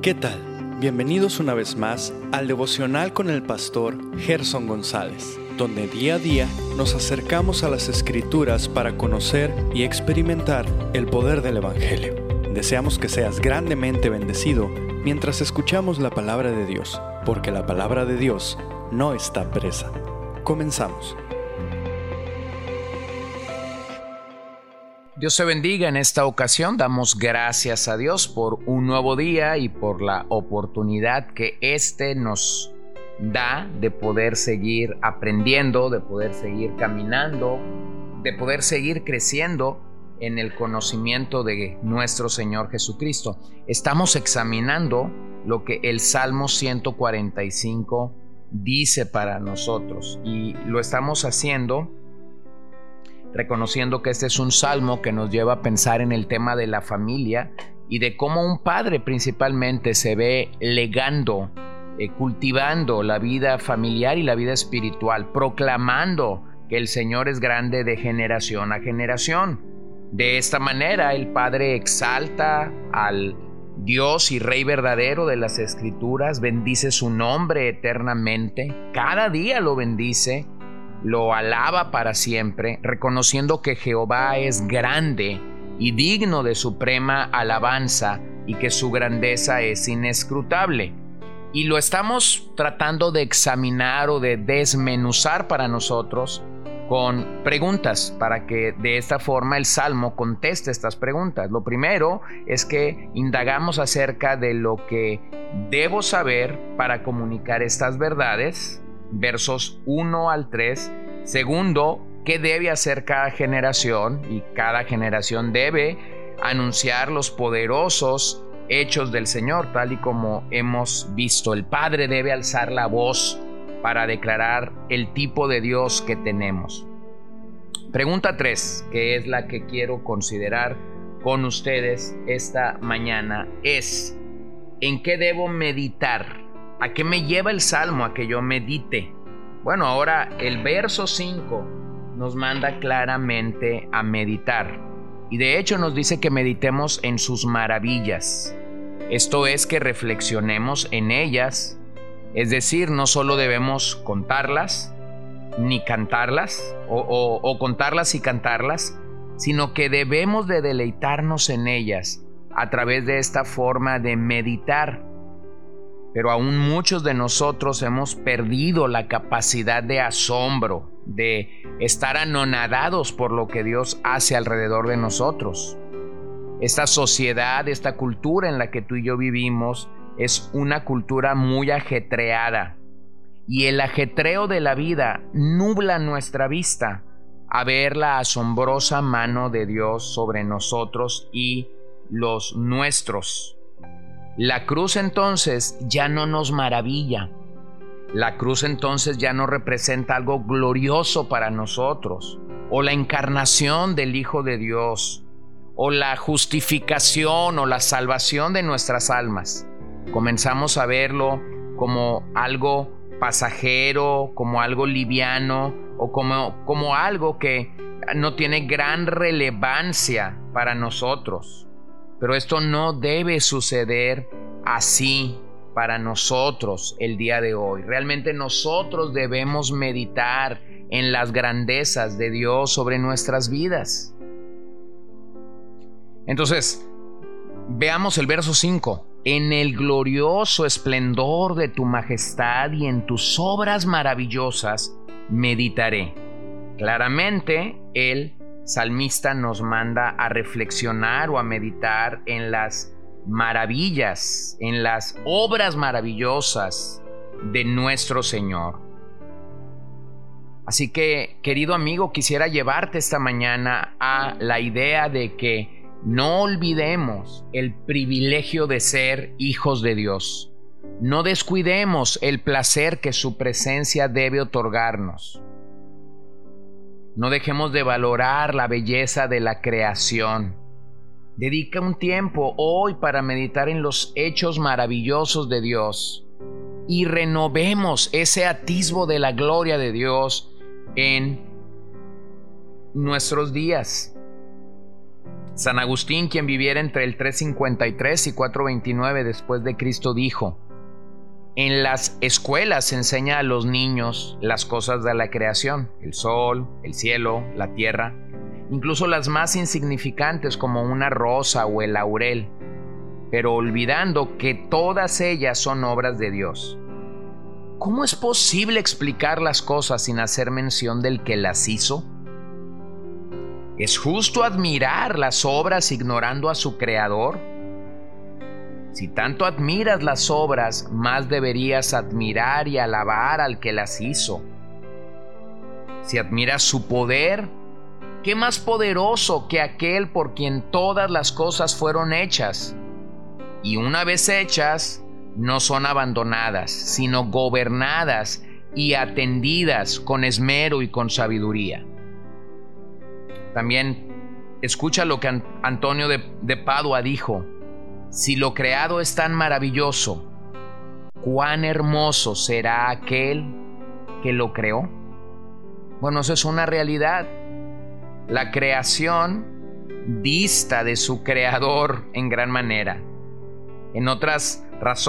¿Qué tal? Bienvenidos una vez más al devocional con el pastor Gerson González, donde día a día nos acercamos a las Escrituras para conocer y experimentar el poder del Evangelio. Deseamos que seas grandemente bendecido mientras escuchamos la palabra de Dios, porque la palabra de Dios no está presa. Comenzamos. Dios te bendiga. En esta ocasión damos gracias a Dios por un nuevo día y por la oportunidad que nos da de poder seguir aprendiendo, de poder seguir caminando, de poder seguir creciendo en el conocimiento de nuestro Señor Jesucristo. Estamos examinando lo que el Salmo 145 dice para nosotros y lo estamos haciendo reconociendo que este es un salmo que nos lleva a pensar en el tema de la familia y de cómo un padre principalmente se ve legando, cultivando la vida familiar y la vida espiritual, proclamando que el Señor es grande de generación a generación. De esta manera el padre exalta al Dios y Rey verdadero de las Escrituras, bendice su nombre eternamente, cada día lo bendice, lo alaba para siempre, reconociendo que Jehová es grande y digno de suprema alabanza y que su grandeza es inescrutable. Y lo estamos tratando de examinar o de desmenuzar para nosotros con preguntas, para que de esta forma el Salmo conteste estas preguntas. Lo primero es que indagamos acerca de lo que debo saber para comunicar estas verdades, versos 1 al 3. Segundo, ¿qué debe hacer cada generación? Y cada generación debe anunciar los poderosos hechos del Señor, tal y como hemos visto. El Padre debe alzar la voz para declarar el tipo de Dios que tenemos. Pregunta 3, que es la que quiero considerar con ustedes esta mañana, es: ¿en qué debo meditar? ¿A qué me lleva el Salmo a que yo medite? Bueno, ahora el verso 5 nos manda claramente a meditar. Y de hecho nos dice que meditemos en sus maravillas. Esto es, que reflexionemos en ellas. Es decir, no solo debemos contarlas, ni cantarlas, o contarlas y cantarlas, sino que debemos de deleitarnos en ellas a través de esta forma de meditar. Pero aún muchos de nosotros hemos perdido la capacidad de asombro, de estar anonadados por lo que Dios hace alrededor de nosotros. Esta sociedad, esta cultura en la que tú y yo vivimos, es una cultura muy ajetreada. Y el ajetreo de la vida nubla nuestra vista a ver la asombrosa mano de Dios sobre nosotros y los nuestros. La cruz entonces ya no nos maravilla. La cruz entonces ya no representa algo glorioso para nosotros, o la encarnación del Hijo de Dios, o la justificación o la salvación de nuestras almas. Comenzamos a verlo como algo pasajero, como algo liviano, o como algo que no tiene gran relevancia para nosotros. Pero esto no debe suceder así para nosotros el día de hoy. Realmente nosotros debemos meditar en las grandezas de Dios sobre nuestras vidas. Entonces, veamos el verso 5. En el glorioso esplendor de tu majestad y en tus obras maravillosas meditaré. Claramente, el salmista nos manda a reflexionar o a meditar en las maravillas, en las obras maravillosas de nuestro Señor. Así que, querido amigo, quisiera llevarte esta mañana a la idea de que no olvidemos el privilegio de ser hijos de Dios. No descuidemos el placer que su presencia debe otorgarnos. No dejemos de valorar la belleza de la creación. Dedica un tiempo hoy para meditar en los hechos maravillosos de Dios y renovemos ese atisbo de la gloria de Dios en nuestros días. San Agustín, quien viviera entre el 353 y 429 después de Cristo, dijo: en las escuelas se enseña a los niños las cosas de la creación, el sol, el cielo, la tierra, incluso las más insignificantes como una rosa o el laurel, pero olvidando que todas ellas son obras de Dios. ¿Cómo es posible explicar las cosas sin hacer mención del que las hizo? ¿Es justo admirar las obras ignorando a su creador? Si tanto admiras las obras, más deberías admirar y alabar al que las hizo. Si admiras su poder, ¿qué más poderoso que aquel por quien todas las cosas fueron hechas? Y una vez hechas, no son abandonadas, sino gobernadas y atendidas con esmero y con sabiduría. También escucha lo que Antonio de Padua dijo: si lo creado es tan maravilloso, ¿cuán hermoso será aquel que lo creó? Bueno, eso es una realidad. La creación dista de su creador en gran manera. En otras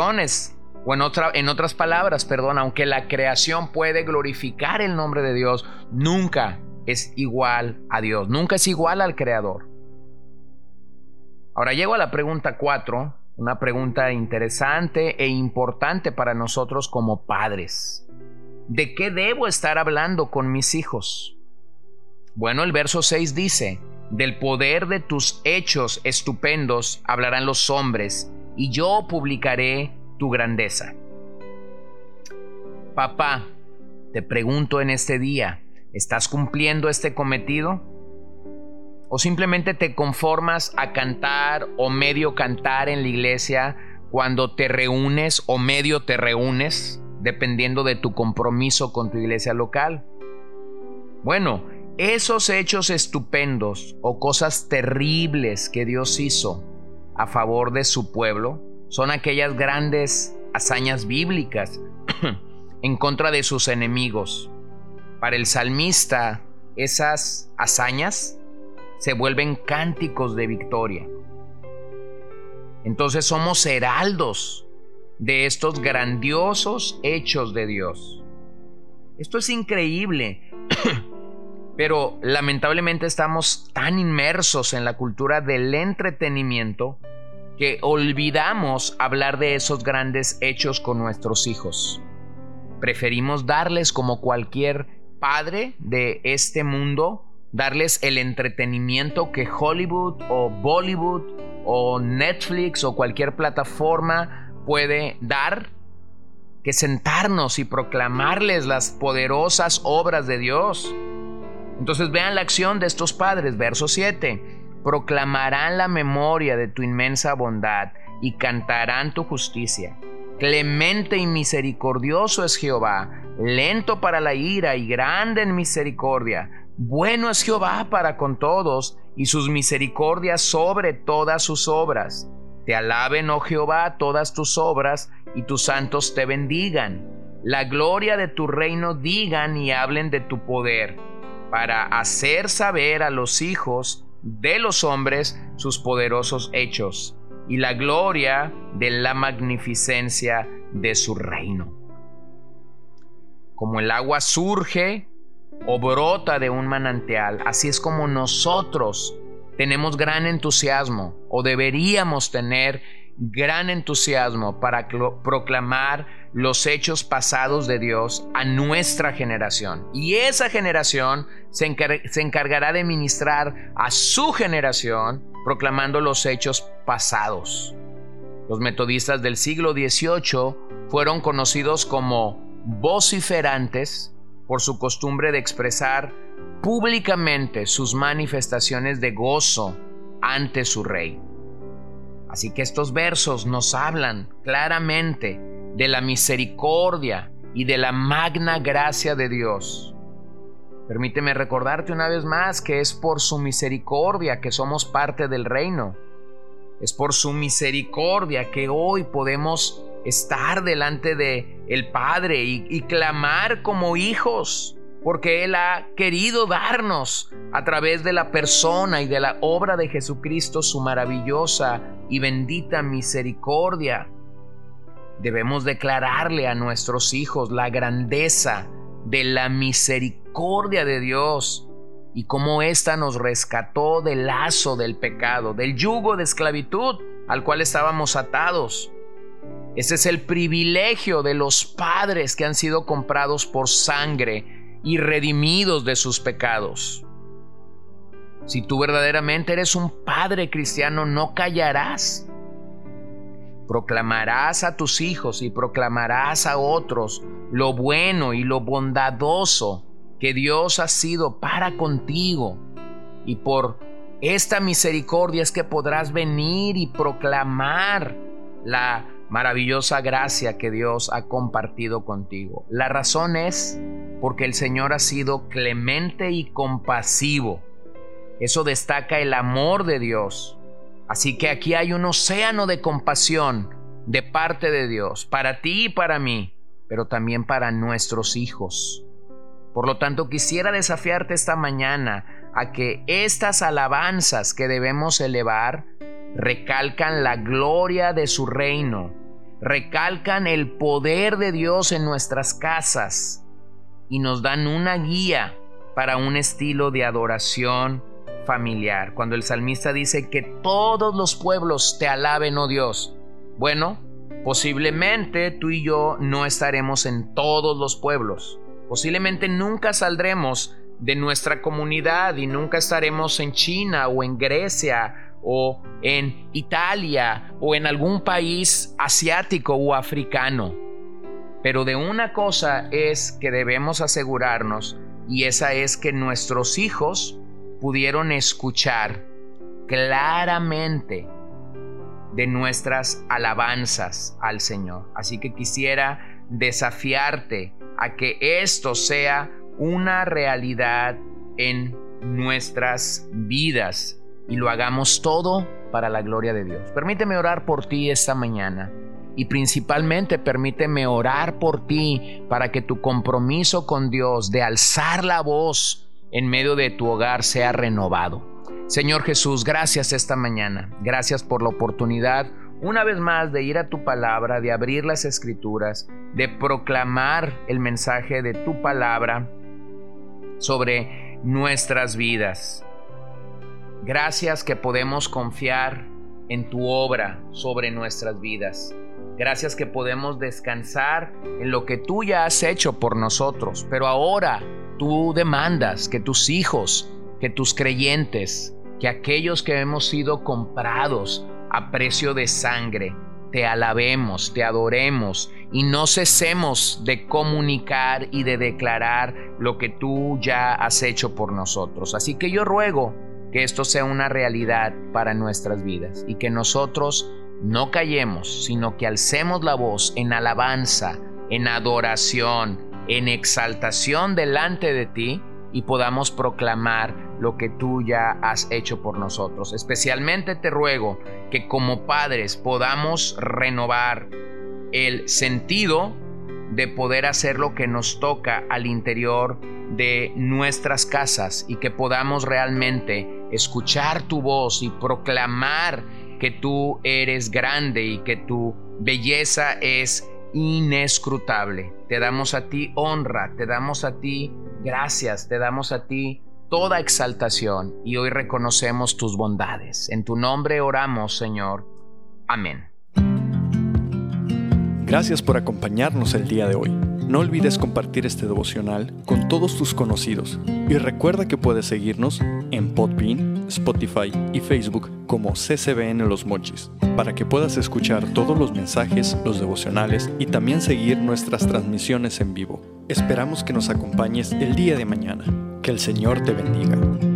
palabras, aunque la creación puede glorificar el nombre de Dios, nunca es igual a Dios, nunca es igual al creador. Ahora llego a la pregunta 4, una pregunta interesante e importante para nosotros como padres. ¿De qué debo estar hablando con mis hijos? Bueno, el verso 6 dice: del poder de tus hechos estupendos hablarán los hombres, y yo publicaré tu grandeza. Papá, te pregunto en este día, ¿estás cumpliendo este cometido? ¿O simplemente te conformas a cantar o medio cantar en la iglesia cuando te reúnes o medio te reúnes, dependiendo de tu compromiso con tu iglesia local? Bueno, esos hechos estupendos o cosas terribles que Dios hizo a favor de su pueblo son aquellas grandes hazañas bíblicas en contra de sus enemigos. Para el salmista, esas hazañas se vuelven cánticos de victoria. Entonces somos heraldos de estos grandiosos hechos de Dios. Esto es increíble, pero lamentablemente estamos tan inmersos en la cultura del entretenimiento que olvidamos hablar de esos grandes hechos con nuestros hijos. Preferimos darles, como cualquier padre de este mundo, darles el entretenimiento que Hollywood o Bollywood o Netflix o cualquier plataforma puede dar, que sentarnos y proclamarles las poderosas obras de Dios. Entonces vean la acción de estos padres, verso 7. Proclamarán la memoria de tu inmensa bondad y cantarán tu justicia. Clemente y misericordioso es Jehová, lento para la ira y grande en misericordia. Bueno es Jehová para con todos, y sus misericordias sobre todas sus obras. Te alaben, oh Jehová, todas tus obras, y tus santos te bendigan. La gloria de tu reino digan y hablen de tu poder, para hacer saber a los hijos de los hombres sus poderosos hechos, y la gloria de la magnificencia de su reino. Como el agua surge o brota de un manantial, así es como nosotros tenemos gran entusiasmo, o deberíamos tener gran entusiasmo para proclamar los hechos pasados de Dios a nuestra generación. Y esa generación se encargará de ministrar a su generación proclamando los hechos pasados. Los metodistas del siglo XVIII fueron conocidos como vociferantes por su costumbre de expresar públicamente sus manifestaciones de gozo ante su rey. Así que estos versos nos hablan claramente de la misericordia y de la magna gracia de Dios. Permíteme recordarte una vez más que es por su misericordia que somos parte del reino. Es por su misericordia que hoy podemos estar delante de el Padre y clamar como hijos, porque Él ha querido darnos a través de la persona y de la obra de Jesucristo su maravillosa y bendita misericordia. Debemos declararle a nuestros hijos la grandeza de la misericordia de Dios y cómo ésta nos rescató del lazo del pecado, del yugo de esclavitud al cual estábamos atados. Ese es el privilegio de los padres que han sido comprados por sangre y redimidos de sus pecados. Si tú verdaderamente eres un padre cristiano, no callarás. Proclamarás a tus hijos y proclamarás a otros lo bueno y lo bondadoso que Dios ha sido para contigo. Y por esta misericordia es que podrás venir y proclamar la maravillosa gracia que Dios ha compartido contigo. La razón es porque el Señor ha sido clemente y compasivo. Eso destaca el amor de Dios. Así que aquí hay un océano de compasión de parte de Dios, para ti y para mí, pero también para nuestros hijos. Por lo tanto, quisiera desafiarte esta mañana a que estas alabanzas que debemos elevar recalcan la gloria de su reino, recalcan el poder de Dios en nuestras casas y nos dan una guía para un estilo de adoración familiar. Cuando el salmista dice que todos los pueblos te alaben, oh Dios, bueno, posiblemente tú y yo no estaremos en todos los pueblos. Posiblemente nunca saldremos de nuestra comunidad y nunca estaremos en China o en Grecia o en Italia o en algún país asiático o africano. Pero de una cosa es que debemos asegurarnos, y esa es que nuestros hijos pudieron escuchar claramente de nuestras alabanzas al Señor. Así que quisiera desafiarte a que esto sea una realidad en nuestras vidas y lo hagamos todo para la gloria de Dios. Permíteme orar por ti esta mañana y principalmente permíteme orar por ti para que tu compromiso con Dios de alzar la voz en medio de tu hogar sea renovado. Señor Jesús, gracias esta mañana. Gracias por la oportunidad una vez más de ir a tu palabra, de abrir las escrituras, de proclamar el mensaje de tu palabra sobre nuestras vidas. Gracias que podemos confiar en tu obra sobre nuestras vidas. Gracias que podemos descansar en lo que tú ya has hecho por nosotros. Pero ahora tú demandas que tus hijos, que tus creyentes, que aquellos que hemos sido comprados a precio de sangre, te alabemos, te adoremos y no cesemos de comunicar y de declarar lo que tú ya has hecho por nosotros. Así que yo ruego que esto sea una realidad para nuestras vidas y que nosotros no callemos, sino que alcemos la voz en alabanza, en adoración, en exaltación delante de ti y podamos proclamar lo que tú ya has hecho por nosotros. Especialmente te ruego que como padres podamos renovar el sentido de poder hacer lo que nos toca al interior de nuestras casas y que podamos realmente escuchar tu voz y proclamar que tú eres grande y que tu belleza es inescrutable. Te damos a ti honra, te damos a ti gracias, te damos a ti toda exaltación y hoy reconocemos tus bondades. En tu nombre oramos, Señor. Amén. Gracias por acompañarnos el día de hoy. No olvides compartir este devocional con todos tus conocidos y recuerda que puedes seguirnos en Podbean, Spotify y Facebook como CCBN Los Mochis para que puedas escuchar todos los mensajes, los devocionales y también seguir nuestras transmisiones en vivo. Esperamos que nos acompañes el día de mañana. Que el Señor te bendiga.